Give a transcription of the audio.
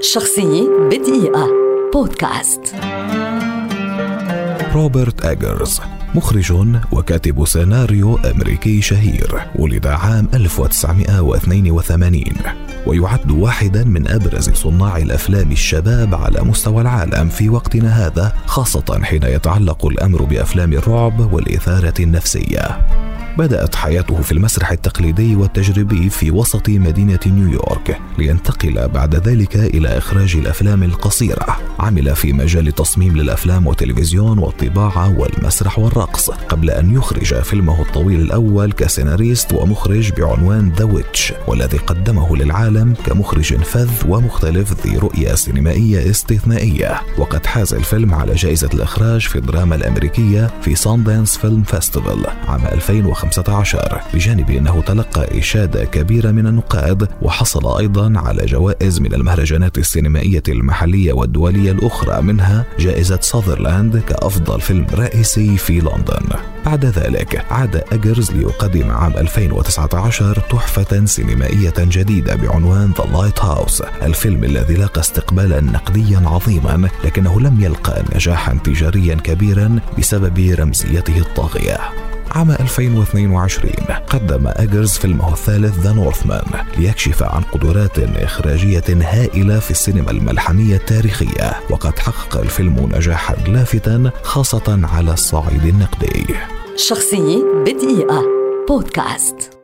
شخصية بدقيقة بودكاست. روبرت إيجرز مخرج وكاتب سيناريو أمريكي شهير، ولد عام 1982 ويعد واحدا من أبرز صناع الأفلام الشباب على مستوى العالم في وقتنا هذا، خاصة حين يتعلق الأمر بأفلام الرعب والإثارة النفسية. بدأت حياته في المسرح التقليدي والتجريبي في وسط مدينة نيويورك، لينتقل بعد ذلك إلى إخراج الأفلام القصيرة. عمل في مجال التصميم للأفلام والتلفزيون والطباعة والمسرح والرقص، قبل أن يخرج فيلمه الطويل الأول كسيناريست ومخرج بعنوان ذا ويتش، والذي قدمه للعالم كمخرج فذ ومختلف ذي رؤية سينمائية استثنائية. وقد حاز الفيلم على جائزة الإخراج في الدراما الأمريكية في ساندانس فيلم فيستيفال عام 2015، بجانب أنه تلقى إشادة كبيرة من النقاد، وحصل أيضا على جوائز من المهرجانات السينمائية المحلية والدولية الأخرى، منها جائزة ساذرلاند كأفضل فيلم رئيسي في لندن. بعد ذلك عاد إيجرز ليقدم عام 2019 تحفة سينمائية جديدة بعنوان The Lighthouse، الفيلم الذي لاقى استقبالا نقديا عظيما، لكنه لم يلقى نجاحا تجاريا كبيرا بسبب رمزيته الطاغية. عام 2022 قدم إيجرز فيلمه الثالث ذا نورثمان، ليكشف عن قدرات إخراجية هائلة في السينما الملحمية التاريخية، وقد حقق الفيلم نجاحا لافتا خاصة على الصعيد النقدي. شخصية بدقيقة بودكاست.